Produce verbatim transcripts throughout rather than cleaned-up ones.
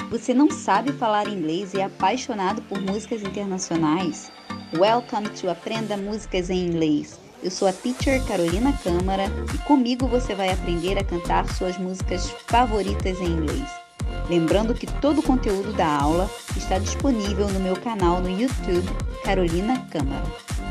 Você não sabe falar inglês e é apaixonado por músicas internacionais? Welcome to Aprenda Músicas em Inglês. Eu sou a Teacher Carolina Câmara e comigo você vai aprender a cantar suas músicas favoritas em inglês. Lembrando que todo o conteúdo da aula está disponível no meu canal no YouTube, Carolina Câmara.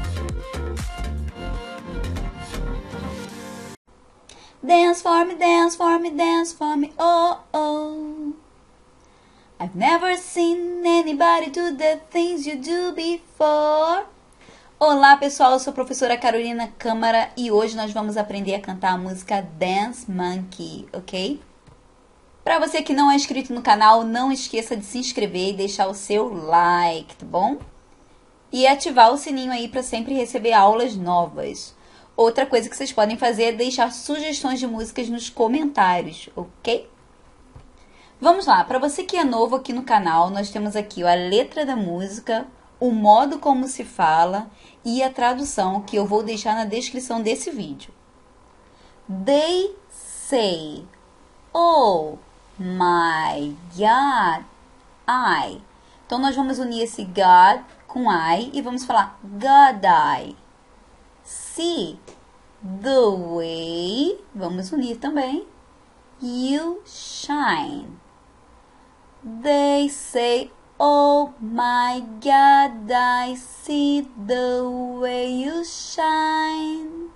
Dance for me, dance for me, dance for me, oh, oh. I've never seen anybody do the things you do before. Olá pessoal, eu sou a professora Carolina Câmara e hoje nós vamos aprender a cantar a música Dance Monkey, ok? Para você que não é inscrito no canal, não esqueça de se inscrever e deixar o seu like, tá bom? E ativar o sininho aí para sempre receber aulas novas. Outra coisa que vocês podem fazer é deixar sugestões de músicas nos comentários, ok? Vamos lá, para você que é novo aqui no canal, nós temos aqui a letra da música, o modo como se fala e a tradução que eu vou deixar na descrição desse vídeo. They say, oh my God, I. Então, nós vamos unir esse God com I e vamos falar God I. See the way, vamos unir também, you shine. They say, oh my God, I see the way you shine.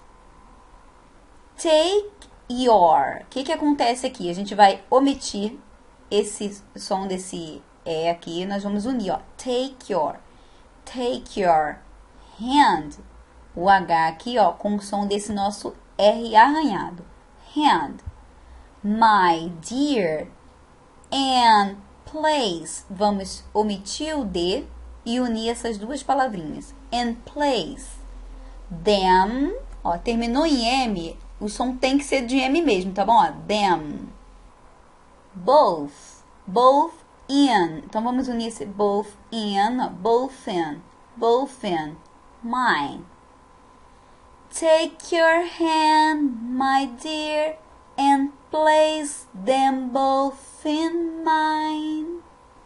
Take your. O que que acontece aqui? A gente vai omitir esse som desse E aqui, nós vamos unir, ó. Take your. Take your hand. O H aqui, ó, com o som desse nosso R arranhado. Hand. My dear. And place. Vamos omitir o D e unir essas duas palavrinhas. And place. Them. Ó, terminou em M, o som tem que ser de M mesmo, tá bom? Ó, them. Both. Both in. Então, vamos unir esse both in. Ó, both in. Both in. Mine. Take your hand, my dear, and place them both in mine.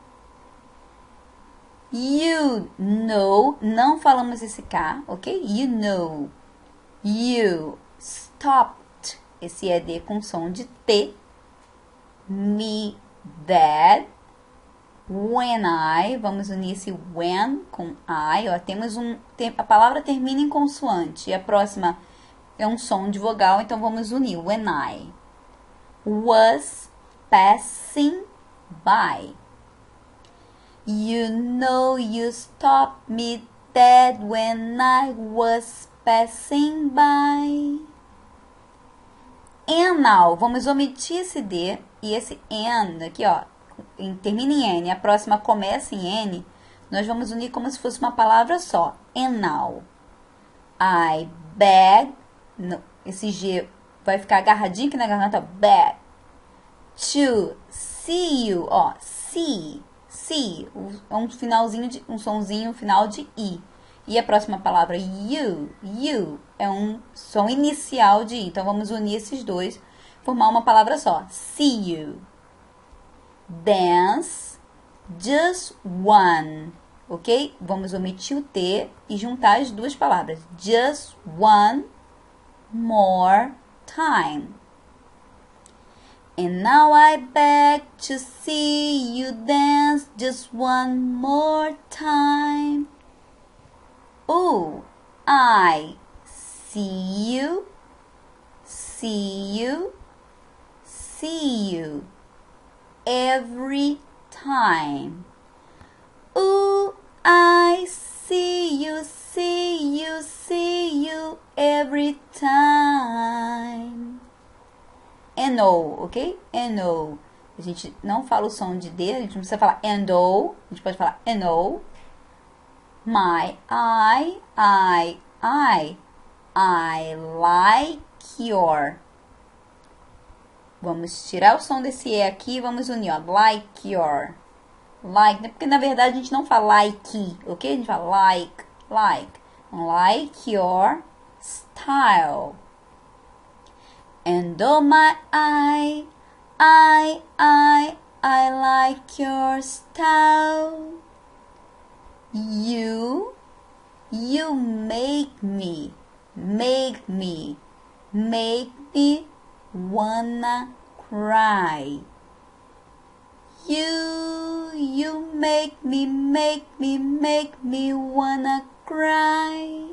You know, não falamos esse K, ok? You know. You stopped, esse E D com som de T. Me that. When I, vamos unir esse when com I, ó, temos um, tem, a palavra termina em consoante e a próxima é um som de vogal, então vamos unir when I was passing by. You know you stopped me dead when I was passing by. And now, vamos omitir esse D e esse and aqui, ó, termina em N, a próxima começa em N, nós vamos unir como se fosse uma palavra só. And now, I beg, no, esse G vai ficar agarradinho aqui na garganta, beg, to see you, ó, see, see, é um finalzinho, de, um sonzinho final de I. E a próxima palavra, you, you, é um som inicial de I. Então, vamos unir esses dois, formar uma palavra só, see you. Dance, just one, ok? Vamos omitir o T e juntar as duas palavras. Just one more time. And now I beg to see you dance just one more time. Oh, I see you, see you, see you. Every time. Ooh, I see you, see you, see you every time. And O, ok? And O. A gente não fala o som de D, a gente não precisa falar and O, a gente pode falar and O. My, I, I, I, I like your. Vamos tirar o som desse E aqui e vamos unir, ó, like your. Like, porque na verdade a gente não fala like, ok? A gente fala like, like. Like your style. And oh my, I, I, I, I like your style. You, you make me, make me, make me wanna cry. You, you make me, make me, make me wanna cry.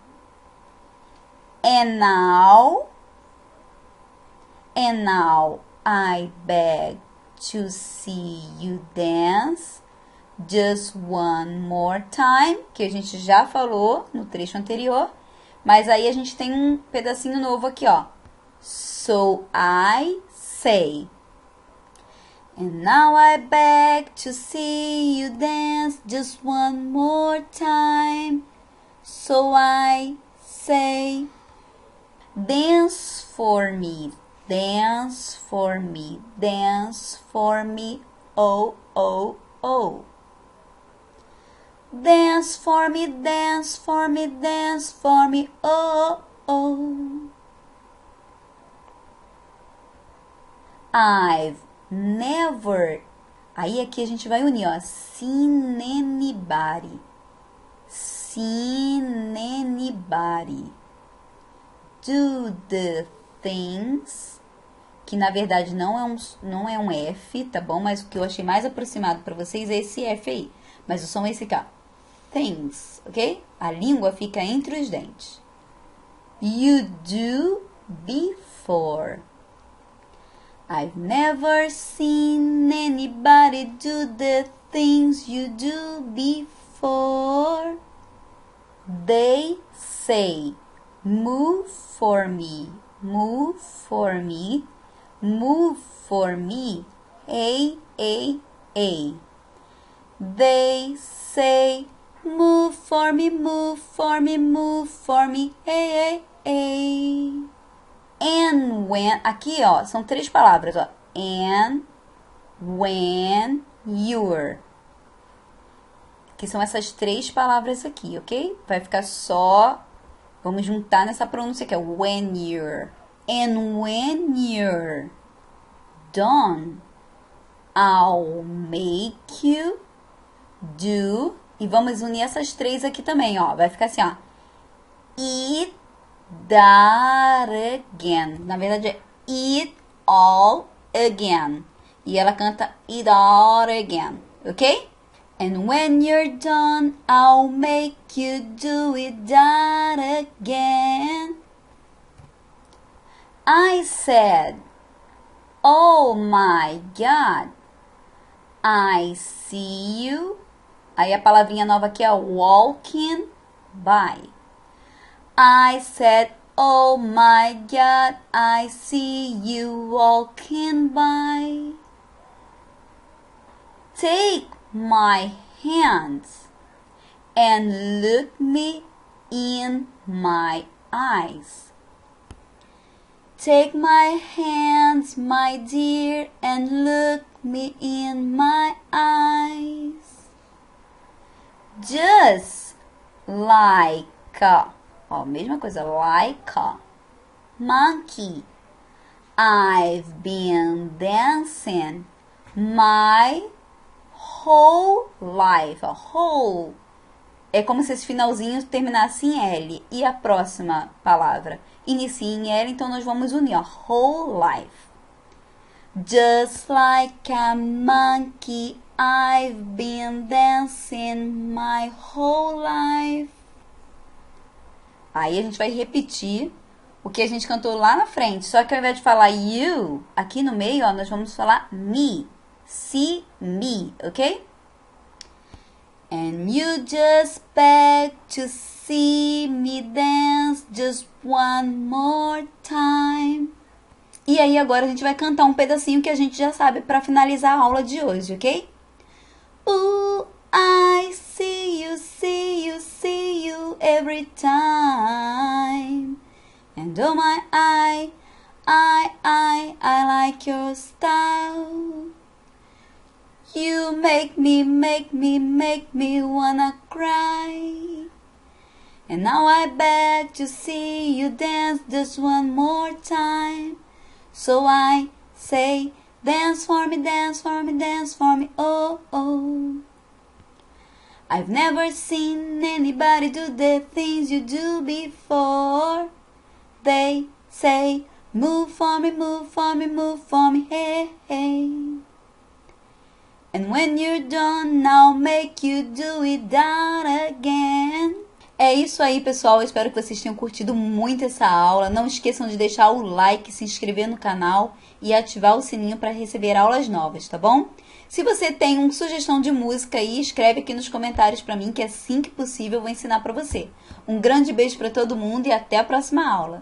And now, and now I beg to see you dance just one more time, que a gente já falou no trecho anterior, mas aí a gente tem um pedacinho novo aqui, ó. So I say. And now I beg to see you dance just one more time. So I say. Dance for me, dance for me, dance for me, oh, oh, oh. Dance for me, dance for me, dance for me, oh, oh. I've never. Aí aqui a gente vai unir, ó. Seen anybody. Seen anybody. Do the things. Que na verdade não é um, não é um F, tá bom? Mas o que eu achei mais aproximado para vocês é esse F aí. Mas o som é esse aqui, ó. Things, ok? A língua fica entre os dentes. You do before. I've never seen anybody do the things you do before. They say, move for me, move for me, move for me, hey, hey, hey. They say, move for me, move for me, move for me, hey, hey, hey. And when, aqui ó, são três palavras, ó. And when you're. Que são essas três palavras aqui, ok? Vai ficar só, vamos juntar nessa pronúncia aqui, ó. When you're. And when you're done, I'll make you do. E vamos unir essas três aqui também, ó. Vai ficar assim, ó. Eat that again. Na verdade é it all again. E ela canta it all again, ok? And when you're done, I'll make you do it that again. I said, oh my God, I see you. Aí a palavrinha nova aqui é walking by. I said, oh my God, I see you walking by. Take my hands and look me in my eyes. Take my hands, my dear, and look me in my eyes. Just like a, ó, mesma coisa, like a monkey. I've been dancing my whole life. A whole é como se esse finalzinho terminasse em L. E a próxima palavra inicia em L, então nós vamos unir, ó, whole life. Just like a monkey, I've been dancing my whole life. Aí a gente vai repetir o que a gente cantou lá na frente. Só que ao invés de falar you, aqui no meio, ó, nós vamos falar me. See me, ok? And you just beg to see me dance just one more time. E aí agora a gente vai cantar um pedacinho que a gente já sabe para finalizar a aula de hoje, ok? Ooh, I see you, see you, see you every time. And oh my, I, I, I, I like your style. You make me, make me, make me wanna cry. And now I beg to see you dance just one more time. So I say, Dance for me, dance for me, dance for me, oh, oh. I've never seen anybody do the things you do before. They say, move for me, move for me, move for me, hey, hey. And when you're done, I'll make you do it down again. É isso aí, pessoal. Eu espero que vocês tenham curtido muito essa aula. Não esqueçam de deixar o like, se inscrever no canal e ativar o sininho para receber aulas novas, tá bom? Se você tem uma sugestão de música aí, escreve aqui nos comentários para mim, que assim que possível eu vou ensinar para você. Um grande beijo para todo mundo e até a próxima aula.